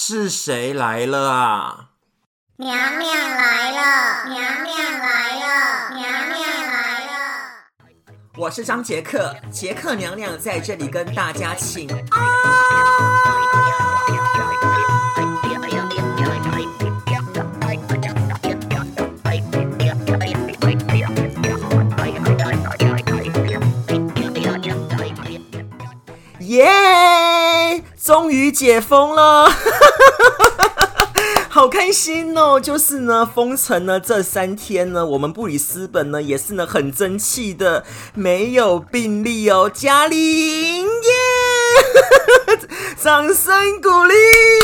是谁来了啊？ 娘娘来了，娘娘来了，娘娘来了。 我是张杰克，杰克娘娘在这里跟大家请耶！终于解封了好开心哦！就是呢，封城呢这3天呢，我们布里斯本呢也是呢很争气的，没有病例哦，嘉玲耶！掌声鼓励。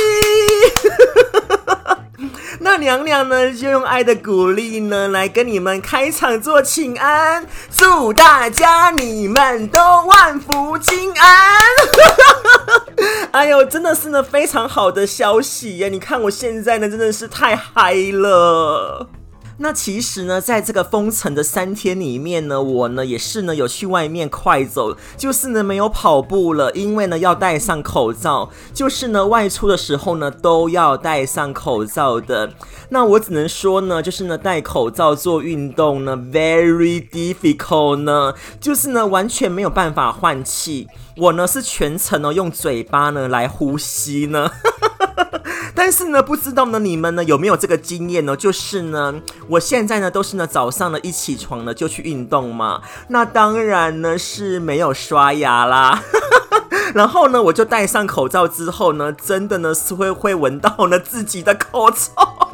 那娘娘呢就用爱的鼓励呢来跟你们开场做请安，祝大家你们都万福金安。哎呦，真的是呢非常好的消息耶！你看我现在呢真的是太嗨了。那其实呢，在这个封城的3天里面呢，我呢也是呢有去外面快走，就是呢没有跑步了，因为呢要戴上口罩，就是呢外出的时候呢都要戴上口罩的。那我只能说呢，就是呢戴口罩做运动呢 very difficult 呢，就是呢完全没有办法换气。我呢是全程呢用嘴巴呢来呼吸呢。但是呢，不知道呢你们呢有没有这个经验呢？就是呢，我现在呢都是呢早上呢一起床呢就去运动嘛，那当然呢是没有刷牙啦。然后呢，我就戴上口罩之后呢，真的呢是会闻到呢自己的口臭。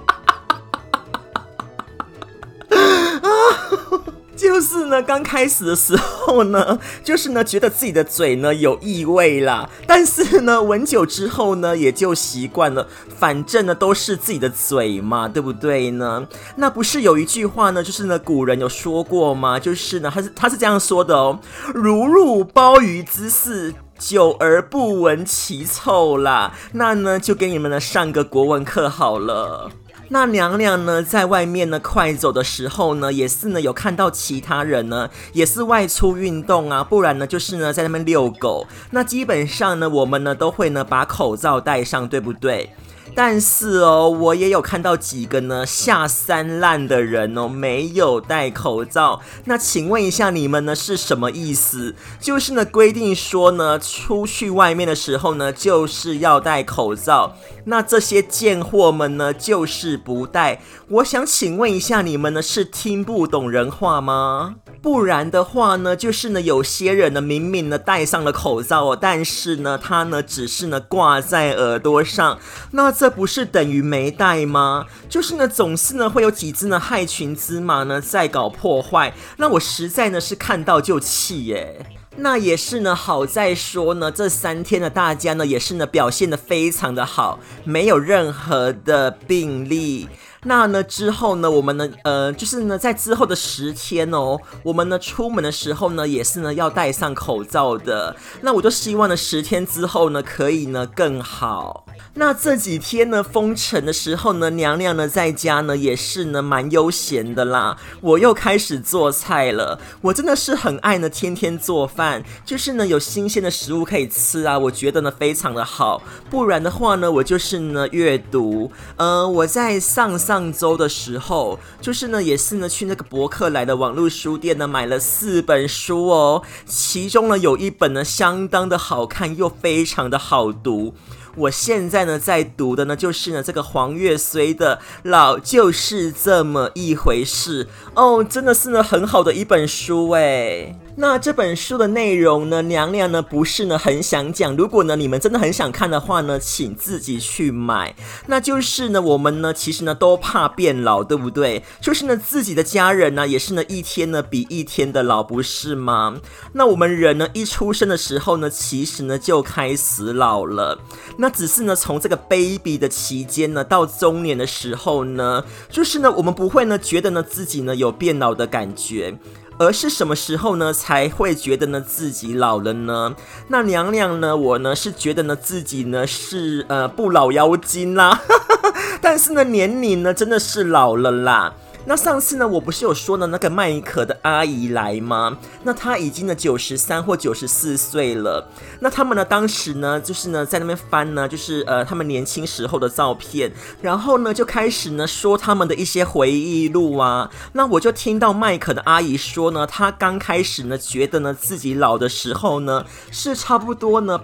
就是呢，刚开始的时候呢，就是呢，觉得自己的嘴呢有异味啦，但是呢，闻久之后呢，也就习惯了，反正呢都是自己的嘴嘛，对不对呢？那不是有一句话呢，就是呢，古人有说过吗？就是呢，他是这样说的哦，如入鲍鱼之肆，久而不闻其臭啦。那呢，就给你们呢上个国文课好了。那娘娘呢在外面呢快走的时候呢，也是呢有看到其他人呢也是外出运动啊，不然呢就是呢在那边遛狗。那基本上呢我们呢都会呢把口罩戴上，对不对？但是哦，我也有看到几个呢下三滥的人哦，没有戴口罩。那请问一下，你们呢是什么意思？就是呢规定说呢，出去外面的时候呢，就是要戴口罩。那这些贱货们呢，就是不戴。我想请问一下，你们呢是听不懂人话吗？不然的话呢，就是呢有些人呢明明呢戴上了口罩哦，但是呢他呢只是呢挂在耳朵上，那这不是等于没戴吗？就是呢总是呢会有几只呢害群之马呢在搞破坏，那我实在呢是看到就气耶。那也是呢，好在说呢，这3天呢，大家呢也是呢表现得非常的好，没有任何的病例。那呢之后呢，我们呢就是呢在之后的10天哦，我们呢出门的时候呢也是呢要戴上口罩的。那我就希望呢10天之后呢可以呢更好。那这几天呢封城的时候呢，娘娘呢在家呢也是呢蛮悠闲的啦。我又开始做菜了，我真的是很爱呢天天做饭，就是呢有新鲜的食物可以吃啊，我觉得呢非常的好。不然的话呢，我就是呢阅读。我在上周的时候，就是呢也是呢去那个博客来的网络书店呢买了4本书哦，其中呢有一本呢相当的好看又非常的好读。我现在呢在读的呢就是呢这个黄岳绥的老就是这么一回事哦，真的是呢很好的一本书耶。那这本书的内容呢，娘娘呢不是呢很想讲，如果呢你们真的很想看的话呢，请自己去买。那就是呢我们呢其实呢都怕变老，对不对？就是呢自己的家人呢也是呢一天呢比一天的老，不是吗？那我们人呢一出生的时候呢，其实呢就开始老了。那只是呢从这个 baby 的期间呢到中年的时候呢，就是呢我们不会呢觉得呢自己呢有变老的感觉。而是什么时候呢才会觉得呢自己老了呢？那娘娘呢，我呢是觉得呢自己呢是不老妖精啦，但是呢年龄呢真的是老了啦。 那上次呢，我不是有说呢，那个麦可的阿姨来吗？那她已经呢93或94岁了。那他们呢，当时呢，就是呢在那边翻呢，就是他们年轻时候的照片，然后呢就开始呢说他们的一些回忆录啊。那我就听到麦可的阿姨说呢，她刚开始呢觉得呢自己老的时候呢是差不多呢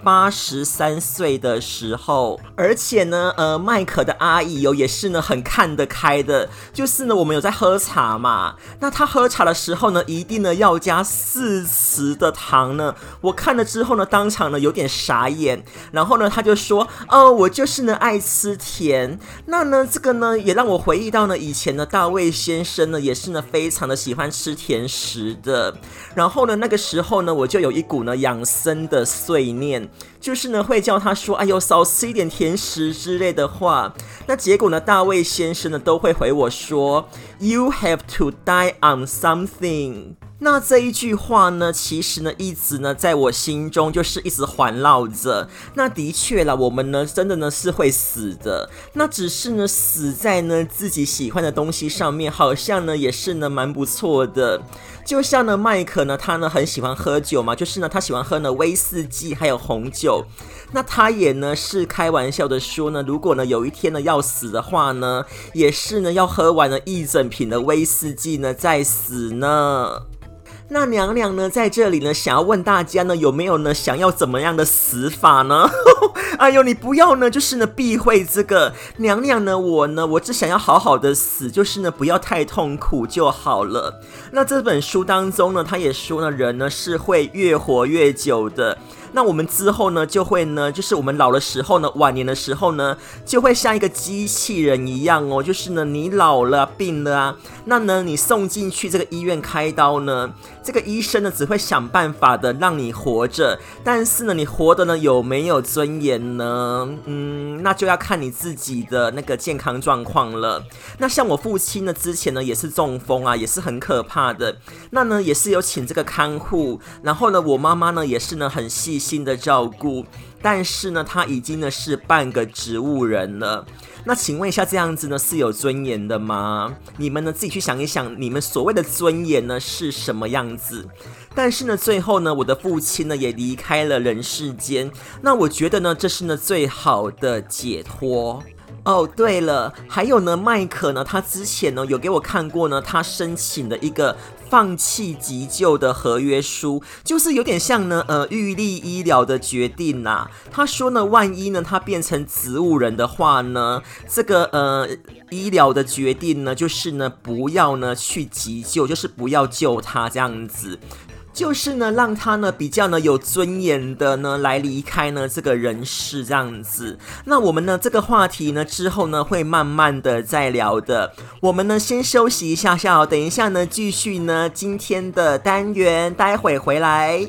83岁的时候，而且呢麦可的阿姨也是呢很看得开的，就是呢我们有在喝茶嘛，那她喝茶的时候呢一定呢要加4匙的糖呢，我看了之后呢当场呢有点傻眼，然后呢她就说我就是呢爱吃甜。那呢这个呢也让我回忆到呢以前的大卫先生呢也是呢非常的喜欢吃甜食的，然后呢那个时候呢我就有一股呢养生的碎念，就是呢会叫他说哎呦少吃一点甜食之类的话。那结果呢大卫先生呢都会回我说 You have to die on something。那这一句话呢其实呢一直呢在我心中就是一直环绕着。那的确啦，我们呢真的呢是会死的，那只是呢死在呢自己喜欢的东西上面，好像呢也是呢蛮不错的。就像呢麦可呢他呢很喜欢喝酒嘛，就是呢他喜欢喝呢威士忌还有红酒。那他也呢是开玩笑的说呢，如果呢有一天呢要死的话呢，也是呢要喝完了一整瓶的威士忌呢再死呢。那娘娘呢在这里呢想要问大家呢有没有呢想要怎么样的死法呢哎呦你不要呢就是呢避讳这个，娘娘呢我只想要好好的死，就是呢不要太痛苦就好了。那这本书当中呢他也说呢人呢是会越活越久的，那我们之后呢就会呢就是我们老的时候呢晚年的时候呢就会像一个机器人一样哦，就是呢你老了病了啊，那呢你送进去这个医院开刀呢，这个医生呢只会想办法的让你活着，但是呢你活的呢有没有尊严呢？那就要看你自己的那个健康状况了。那像我父亲呢之前呢也是中风啊，也是很可怕的，那呢也是有请这个看护，然后呢我妈妈呢也是呢很细心的照顾，但是呢她已经呢是半个植物人了。那请问一下，这样子呢是有尊严的吗？你们呢自己去想一想，你们所谓的尊严呢是什么样子？但是呢最后呢我的父亲呢也离开了人世间，那我觉得呢这是呢最好的解脱。对了，还有呢麦可呢他之前呢有给我看过呢他申请的一个放弃急救的合约书，就是有点像呢预立医疗的决定啊。他说呢万一呢他变成植物人的话呢，这个医疗的决定呢就是呢不要呢去急救，就是不要救他这样子，就是呢让他呢比较呢有尊严的呢来离开呢这个人世这样子。那我们呢这个话题呢之后呢会慢慢的再聊的，我们呢先休息一下下等一下呢继续呢今天的单元，待会回来。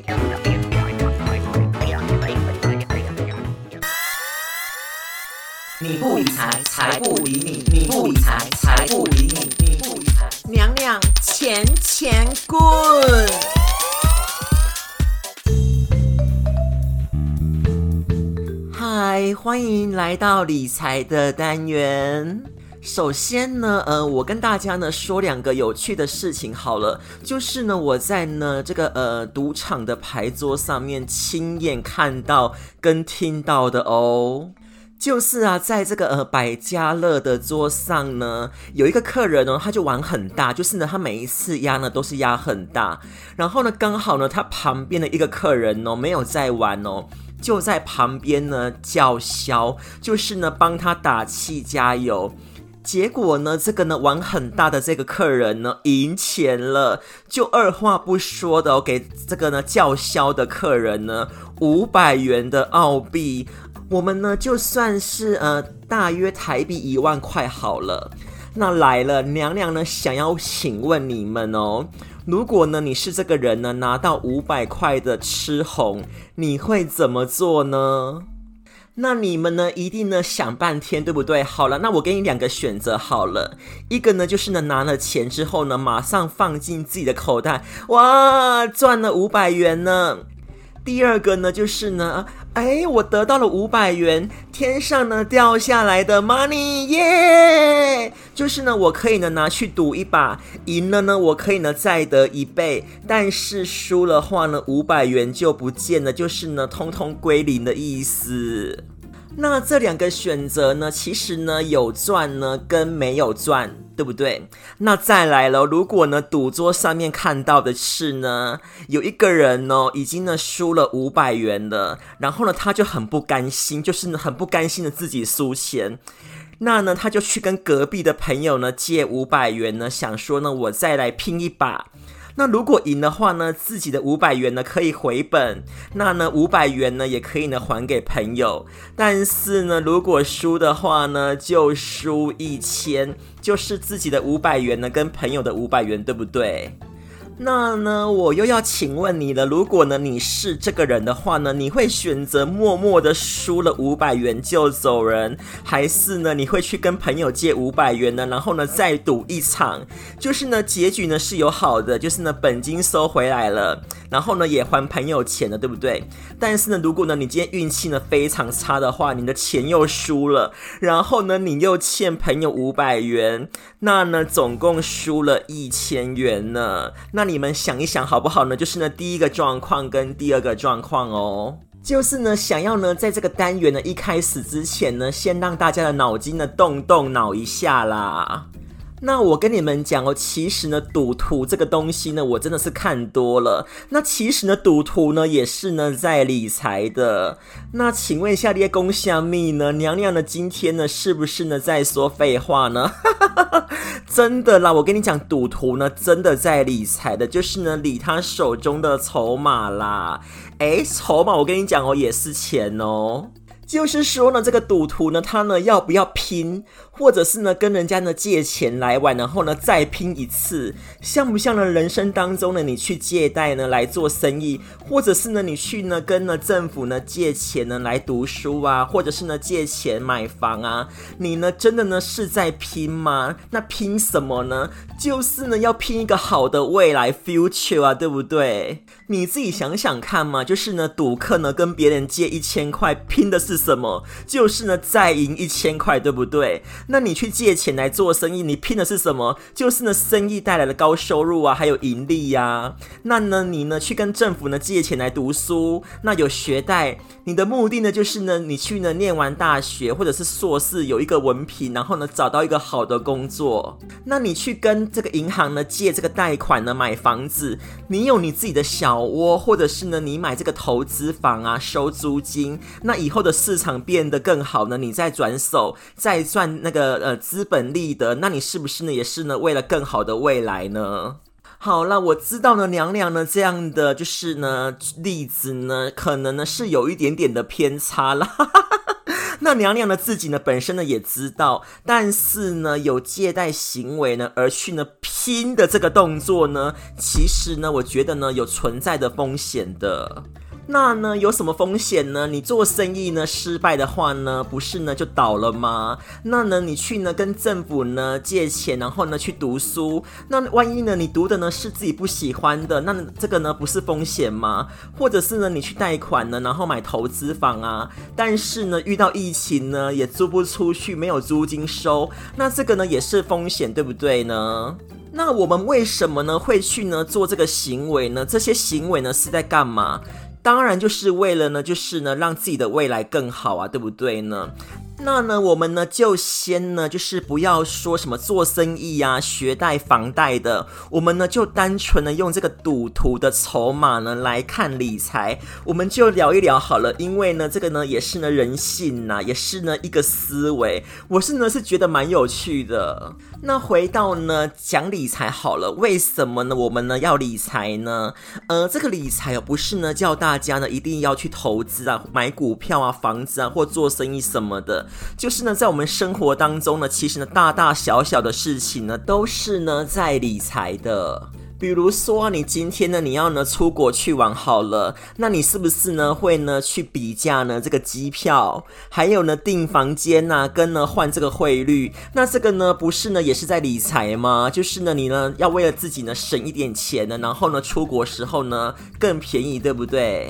你不理财，财不理你；你不理财，财不理你；你不理财，娘娘钱滚！嗨，欢迎来到理财的单元。首先呢，我跟大家呢说2个有趣的事情好了，就是呢我在呢这个赌场的牌桌上面亲眼看到跟听到的哦。就是啊，在这个百家乐的桌上呢，有一个客人呢，他就玩很大，就是呢，他每一次压呢都是压很大，然后呢，刚好呢，他旁边的一个客人哦，没有在玩哦，就在旁边呢叫嚣，就是呢帮他打气加油。结果呢，这个呢玩很大的这个客人呢赢钱了，就二话不说的给这个呢叫嚣的客人呢500元的澳币。我们呢就算是大约台币1万块好了。那来了，娘娘呢想要请问你们哦，如果呢你是这个人呢拿到500块的吃红，你会怎么做呢？那你们呢一定呢想半天，对不对？好了，那我给你2个选择好了，一个呢就是呢拿了钱之后呢马上放进自己的口袋，哇，赚了500元呢。 第二个呢就是呢，我得到了500元，天上呢掉下来的 money 耶，就是呢我可以呢拿去赌一把，赢了呢我可以呢再得1倍，但是输了话呢500元就不见了，就是呢通通归零的意思。那这2个选择呢，其实呢有赚呢跟没有赚，对不对？那再来了，如果呢赌桌上面看到的是呢，有一个人呢已经呢输了500元了，然后呢他就很不甘心，就是呢很不甘心的自己输钱。那呢他就去跟隔壁的朋友呢借500元呢，想说呢我再来拼一把。那如果赢的话呢，自己的500元呢可以回本，那呢500元呢也可以呢还给朋友。但是呢如果输的话呢，就输1000，就是自己的500元呢跟朋友的500元，对不对？那呢我又要请问你了，如果呢你是这个人的话呢，你会选择默默的输了500元就走人，还是呢你会去跟朋友借500元呢，然后呢再赌一场，就是呢结局呢是有好的，就是呢本金收回来了，然后呢也还朋友钱了，对不对？但是呢如果呢你今天运气呢非常差的话，你的钱又输了，然后呢你又欠朋友500元，那呢总共输了1000元呢。那你们想一想好不好呢？就是呢第一个状况跟第二个状况哦，就是呢想要呢在这个单元呢一开始之前呢，先让大家的脑筋呢动脑一下啦。那我跟你们讲哦，其实呢赌徒这个东西呢我真的是看多了，那其实呢赌徒呢也是呢在理财的。那请问一下列公虾蜜呢，娘娘呢今天呢是不是呢在说废话呢？真的啦，我跟你讲，赌徒呢真的在理财的，就是呢理他手中的筹码啦。筹码我跟你讲哦，也是钱哦。就是说呢，这个赌徒呢，他呢要不要拼，或者是呢跟人家呢借钱来玩，然后呢再拼一次，像不像呢人生当中呢你去借贷呢来做生意，或者是呢你去呢跟呢政府呢借钱呢来读书啊，或者是呢借钱买房啊，你呢真的呢是在拼吗？那拼什么呢？就是呢要拼一个好的未来 future 啊，对不对？你自己想想看嘛，就是呢赌客呢跟别人借1000块，拼的是什么？就是呢再赢1000块，对不对？那你去借钱来做生意，你拼的是什么？就是呢生意带来的高收入啊，还有盈利啊。那呢你呢去跟政府呢借钱来读书，那有学贷，你的目的呢就是呢你去呢念完大学或者是硕士，有一个文凭，然后呢找到一个好的工作。那你去跟这个银行呢借这个贷款呢买房子，你有你自己的小窝，或者是呢你买这个投资房啊收租金，那以后的市场变得更好呢，你再转手再赚那个资本利得，那你是不是呢也是呢为了更好的未来呢？好了，我知道呢娘娘呢这样的就是呢例子呢可能呢是有一点点的偏差啦。那娘娘呢自己呢本身呢也知道，但是呢有借贷行为呢而去呢拼的这个动作呢，其实呢我觉得呢有存在的风险的。那呢有什么风险呢？你做生意呢失败的话呢，不是呢就倒了吗？那呢你去呢跟政府呢借钱，然后呢去读书，那万一呢你读的呢是自己不喜欢的，那这个呢不是风险吗？或者是呢你去贷款呢，然后买投资房啊，但是呢遇到疫情呢也租不出去，没有租金收，那这个呢也是风险，对不对呢？那我们为什么呢会去呢做这个行为呢？这些行为呢是在干嘛？当然就是为了呢，就是呢让自己的未来更好啊，对不对呢？那呢我们呢就先呢就是不要说什么做生意啊学贷房贷的，我们呢就单纯的用这个赌徒的筹码呢来看理财，我们就聊一聊好了。因为呢这个呢也是呢人性啊，也是呢一个思维，我是觉得蛮有趣的。那回到呢讲理财好了，为什么呢我们呢要理财呢？这个理财不是呢叫大家呢一定要去投资啊，买股票啊房子啊或做生意什么的，就是呢在我们生活当中呢，其实呢大大小小的事情呢都是呢在理财的。比如说你今天呢你要呢出国去玩好了，那你是不是呢会呢去比价呢这个机票，还有呢订房间啊，跟呢换这个汇率，那这个呢不是呢也是在理财吗？就是呢你呢要为了自己呢省一点钱呢，然后呢出国时候呢更便宜，对不对？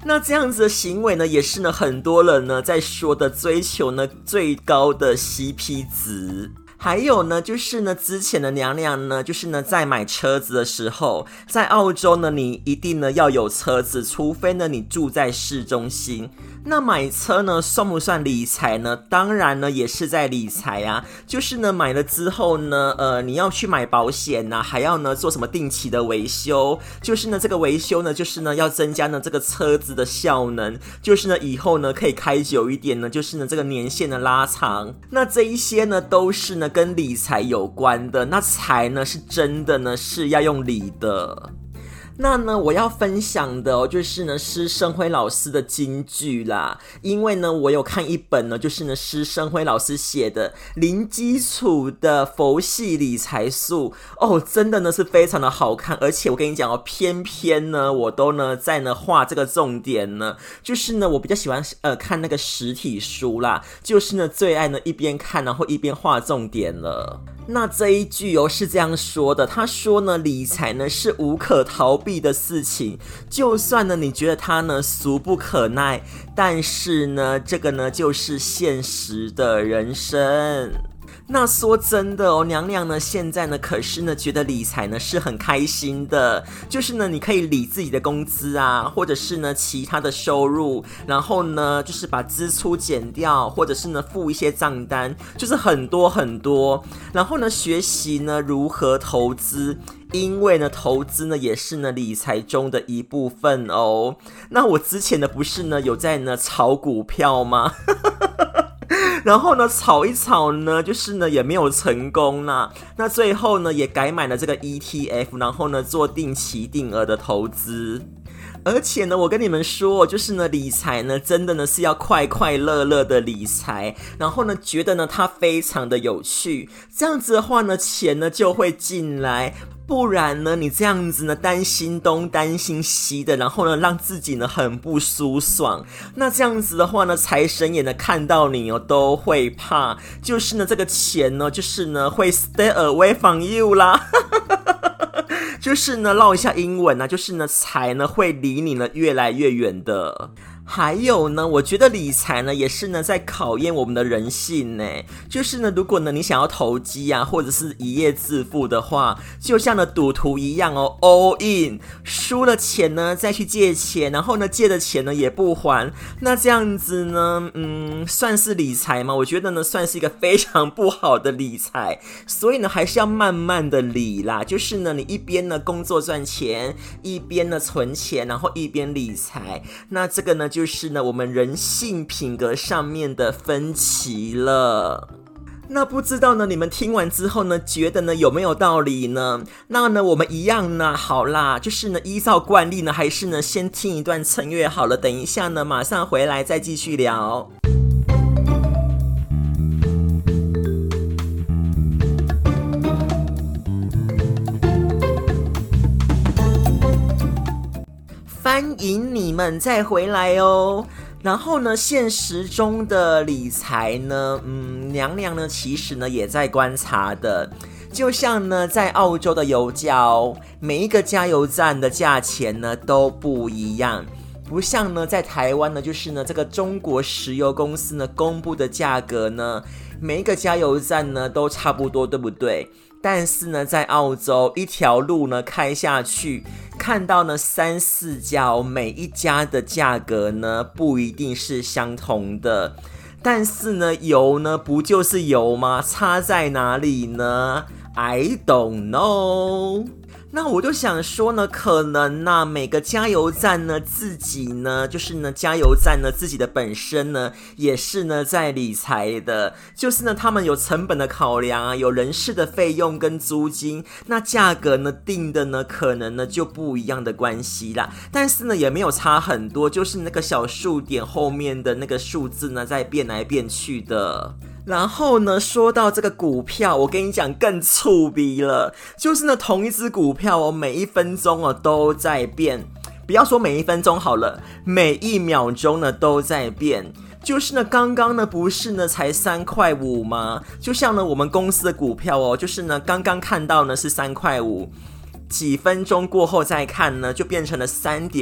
那这样子的行为呢，也是呢很多人呢在说的追求呢最高的 CP 值。还有呢，就是呢，之前的娘娘呢，就是呢，在买车子的时候，在澳洲呢，你一定呢要有车子，除非呢你住在市中心。那买车呢，算不算理财呢？当然呢，也是在理财啊。就是呢，买了之后呢，你要去买保险啊，还要呢做什么定期的维修。就是呢，这个维修呢，就是呢要增加呢这个车子的效能，就是呢以后呢可以开久一点呢，就是呢这个年限的拉长。那这一些呢，都是呢跟理财有关的。那财呢，是真的呢是要用理的。那呢，我要分享的哦，就是呢，施昇辉老师的金句啦。因为呢，我有看一本呢，就是呢，施昇辉老师写的零基础的佛系理财术哦，真的呢是非常的好看。而且我跟你讲哦，偏偏呢，我都呢在呢画这个重点呢，就是呢，我比较喜欢看那个实体书啦，就是呢最爱呢一边看然后一边画重点了。那这一句哦是这样说的，他说呢，理财呢是无可逃避的事情，就算呢你觉得它呢俗不可耐，但是呢这个呢就是现实的人生。那说真的哦，娘娘呢现在呢可是呢觉得理财呢是很开心的，就是呢你可以理自己的工资啊，或者是呢其他的收入，然后呢就是把支出减掉，或者是呢付一些账单，就是很多很多。然后呢学习呢如何投资，因为呢投资呢也是呢理财中的一部分哦。那我之前呢不是呢有在呢炒股票吗？然后呢炒一炒呢就是呢也没有成功啦。那最后呢也改买了这个 ETF， 然后呢做定期定额的投资。而且呢我跟你们说，就是呢理财呢真的呢是要快快乐乐的理财，然后呢觉得呢它非常的有趣，这样子的话呢钱呢就会进来。不然呢你这样子呢担心东担心西的，然后呢让自己呢很不舒爽，那这样子的话呢财神爷呢看到你哦都会怕，就是呢这个钱呢就是呢会 stay away from you 啦就是呢绕一下英文啊，就是呢财呢会离你呢越来越远的。还有呢，我觉得理财呢也是呢在考验我们的人性呢。就是呢，如果呢你想要投机啊，或者是一夜致富的话，就像呢赌徒一样哦 ，all in， 输了钱呢再去借钱，然后呢借的钱呢也不还，那这样子呢，算是理财吗？我觉得呢算是一个非常不好的理财，所以呢还是要慢慢的理啦。就是呢你一边呢工作赚钱，一边呢存钱，然后一边理财，那这个呢就是呢我们人性品格上面的分歧了。那不知道呢你们听完之后呢觉得呢有没有道理呢？那呢我们一样呢，好啦，就是呢依照惯例呢还是呢先听一段成乐好了，等一下呢马上回来再继续聊。欢迎你们再回来哦。然后呢现实中的理财呢娘娘呢其实呢也在观察的。就像呢在澳洲的油胶，每一个加油站的价钱呢都不一样，不像呢在台湾呢就是呢这个中国石油公司呢公布的价格呢每一个加油站呢都差不多，对不对？但是呢在澳洲一条路呢开下去，看到呢3-4家每一家的价格呢不一定是相同的，但是呢油呢不就是油吗？差在哪里呢？ I don't know。那我就想说呢，可能呢每个加油站呢自己呢就是呢加油站呢自己的本身呢也是呢在理财的，就是呢他们有成本的考量啊，有人事的费用跟租金，那价格呢定的呢可能呢就不一样的关系啦，但是呢也没有差很多，就是那个小数点后面的那个数字呢在变来变去的。然后呢说到这个股票，我跟你讲更触鼻了，就是呢同一只股票哦每一分钟哦都在变，不要说每一分钟好了，每一秒钟呢都在变。就是呢刚刚呢不是呢才3.5块吗？就像呢我们公司的股票哦，就是呢刚刚看到呢是3.5块， 几分钟过后再看呢，就变成了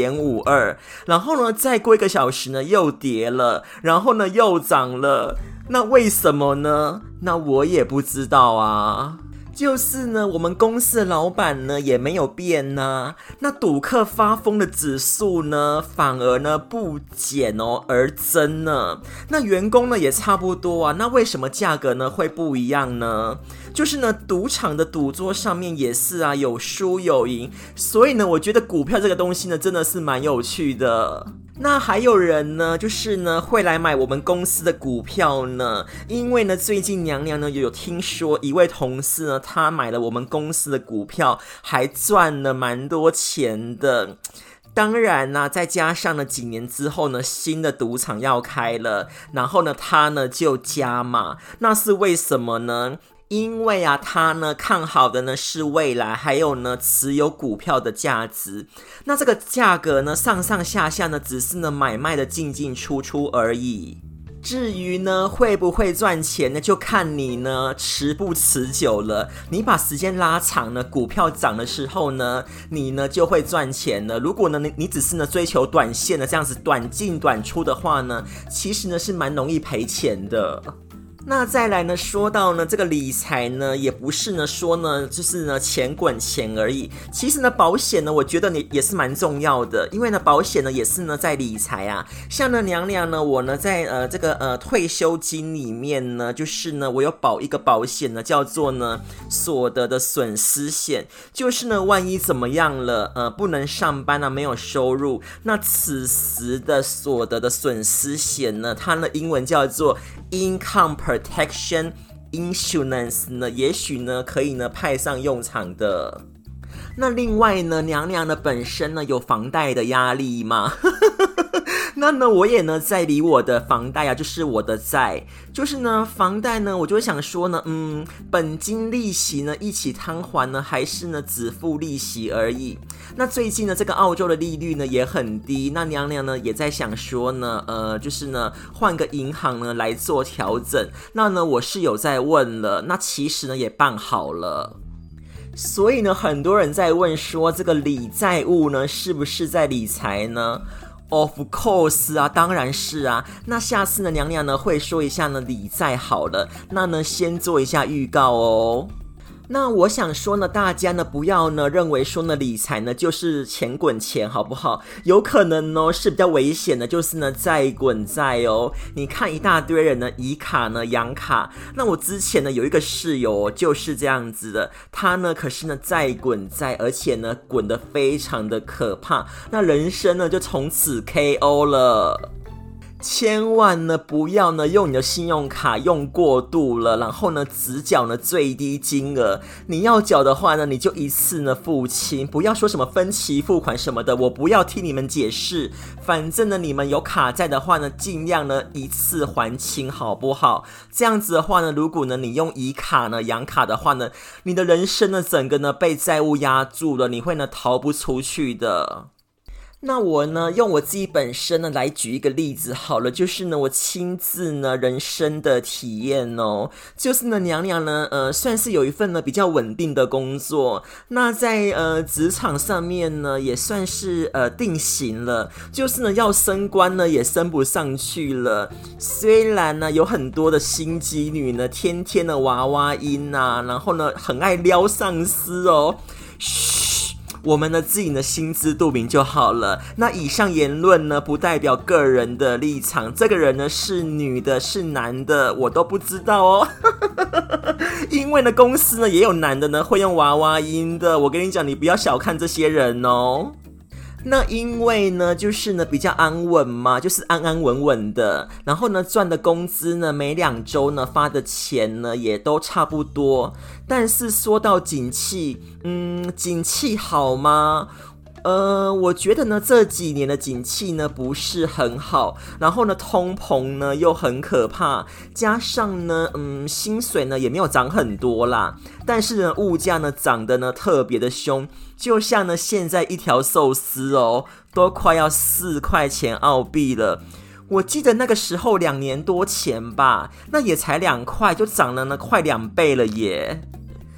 3.52，然后呢，再过1个小时呢，又跌了，然后呢，又涨了。那为什么呢？那我也不知道啊。就是呢，我们公司的老板呢也没有变啊。那赌客发疯的指数呢，反而呢不减哦，而增呢。那员工呢也差不多啊。那为什么价格呢会不一样呢？就是呢，赌场的赌桌上面也是啊，有输有赢。所以呢，我觉得股票这个东西呢，真的是蛮有趣的。那还有人呢，就是呢会来买我们公司的股票呢，因为呢最近娘娘呢有听说一位同事呢，他买了我们公司的股票，还赚了蛮多钱的。当然呢，再加上呢几年之后呢，新的赌场要开了，然后呢他呢就加码，那是为什么呢？因为啊，他呢看好的呢是未来，还有呢持有股票的价值。那这个价格呢上上下下呢，只是呢买卖的进进出出而已。至于呢会不会赚钱呢，就看你呢持不持久了。你把时间拉长呢，股票涨的时候呢，你呢就会赚钱了。如果呢你只是呢追求短线的这样子短进短出的话呢，其实呢是蛮容易赔钱的。那再来呢，说到呢这个理财呢，也不是呢说呢就是呢钱滚钱而已。其实呢保险呢，我觉得也是蛮重要的，因为呢保险呢也是呢在理财啊。像呢娘娘呢，我呢在这个退休金里面呢，就是呢我有保一个保险呢，叫做呢所得的损失险，就是呢万一怎么样了，不能上班啊，没有收入，那此时的所得的损失险呢，它呢英文叫做 Income Protection Insurance 呢，也许呢可以呢派上用场的。那另外呢，娘娘呢本身呢有房贷的压力嘛，那呢我也呢在理我的房贷啊，就是我的债，就是呢房贷呢，我就会想说呢，本金利息呢一起摊还呢，还是呢只付利息而已。那最近呢这个澳洲的利率呢也很低，那娘娘呢也在想说呢，就是呢换个银行呢来做调整。那呢我是有在问了，那其实呢也办好了。所以呢很多人在问说，这个理债务呢是不是在理财呢？Of course 啊，当然是啊。那下次呢娘娘呢会说一下呢理债好了，那呢先做一下预告哦。那我想说呢，大家呢不要呢认为说呢理财呢就是钱滚钱，好不好？有可能呢是比较危险的，就是呢债滚债哦。你看一大堆人呢以卡呢养卡，那我之前呢有一个室友就是这样子的，他呢可是呢债滚债，而且呢滚得非常的可怕，那人生呢就从此 KO 了。千万呢不要呢用你的信用卡用过度了，然后呢只缴呢最低金额。你要缴的话呢，你就一次呢付清，不要说什么分期付款什么的，我不要听你们解释。反正呢你们有卡债的话呢，尽量呢一次还清，好不好？这样子的话呢，如果呢你用以卡呢养卡的话呢，你的人生呢整个呢被债务压住了，你会呢逃不出去的。那我呢用我自己本身呢来举一个例子好了，就是呢我亲自呢人生的体验哦，就是呢娘娘呢算是有一份呢比较稳定的工作，那在职场上面呢也算是定型了，就是呢要升官呢也升不上去了。虽然呢有很多的心机女呢天天的娃娃音啊，然后呢很爱撩上司哦，我们呢自己呢心知肚明就好了。那以上言论呢不代表个人的立场，这个人呢是女的是男的我都不知道哦因为呢公司呢也有男的呢会用娃娃音的，我跟你讲，你不要小看这些人哦。那因为呢就是呢比较安稳嘛，就是安安稳稳的，然后呢赚的工资呢每2周呢发的钱呢也都差不多。但是说到景气，景气好吗？我觉得呢这几年的景气呢不是很好，然后呢通膨呢又很可怕，加上呢薪水呢也没有涨很多啦，但是呢物价呢涨得呢特别的凶，就像呢现在一条寿司哦都快要4块钱澳币了。我记得那个时候2年多前吧，那也才2块就涨了呢快2倍了耶。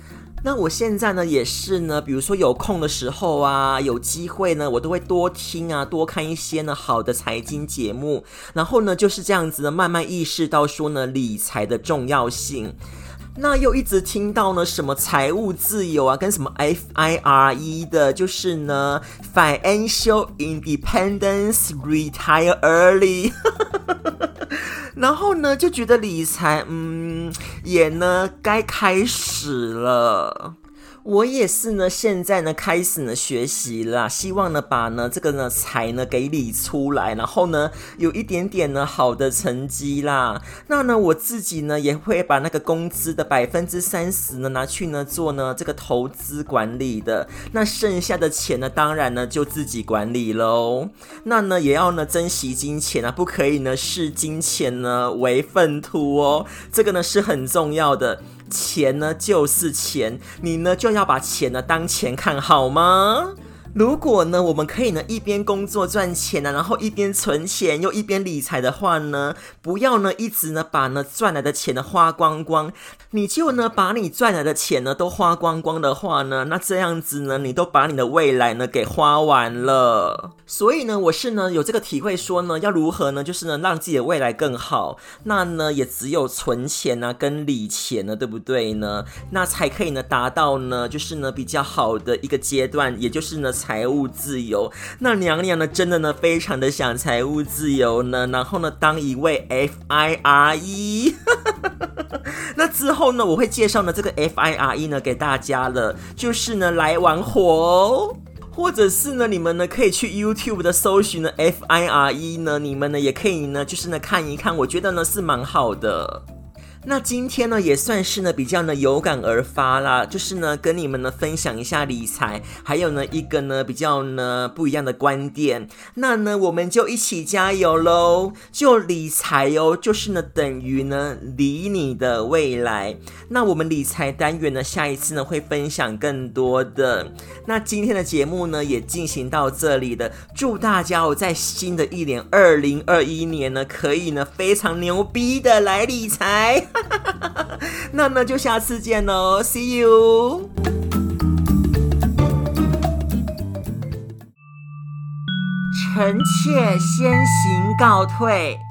那我现在呢也是呢，比如说有空的时候啊，有机会呢，我都会多听啊，多看一些呢好的财经节目，然后呢就是这样子呢，慢慢意识到说呢理财的重要性。那又一直听到呢什么财务自由啊，跟什么 FIRE 的，就是呢 Financial Independence Retire Early 然后呢就觉得理财也呢该开始了。我也是呢，现在呢开始呢学习啦，希望呢把呢这个呢财呢给理出来，然后呢有一点点呢好的成绩啦。那呢我自己呢也会把那个工资的30%呢拿去呢做呢这个投资管理的，那剩下的钱呢当然呢就自己管理咯。那呢也要呢珍惜金钱啊，不可以呢视金钱呢为粪土哦，这个呢是很重要的。钱呢就是钱，你呢就要把钱呢当钱看好吗？如果呢我们可以呢一边工作赚钱然后一边存钱又一边理财的话呢，不要呢一直呢把呢赚来的钱呢花光光，你就呢把你赚来的钱呢都花光光的话呢，那这样子呢你都把你的未来呢给花完了。所以呢我是呢有这个体会说呢，要如何呢就是呢让自己的未来更好，那呢也只有存钱啊跟理钱呢，对不对呢？那才可以呢达到呢就是呢比较好的一个阶段，也就是呢财务自由。那娘娘呢真的呢非常的想财务自由呢，然后呢当一位 FIRE 那之后呢我会介绍呢这个 FIRE 呢给大家了，就是呢来玩火哦。或者是呢你们呢可以去 YouTube 的搜寻呢 FIRE 呢，你们呢也可以呢就是呢看一看，我觉得呢是蛮好的。那今天呢也算是呢比较呢有感而发啦，就是呢跟你们呢分享一下理财，还有呢一个呢比较呢不一样的观点。那呢我们就一起加油咯，就理财哦，就是呢等于呢理你的未来。那我们理财单元呢下一次呢会分享更多的。那今天的节目呢也进行到这里了，祝大家在新的一年2021年呢可以呢非常牛逼的来理财那呢就下次见咯 See you。 臣妾先行告退。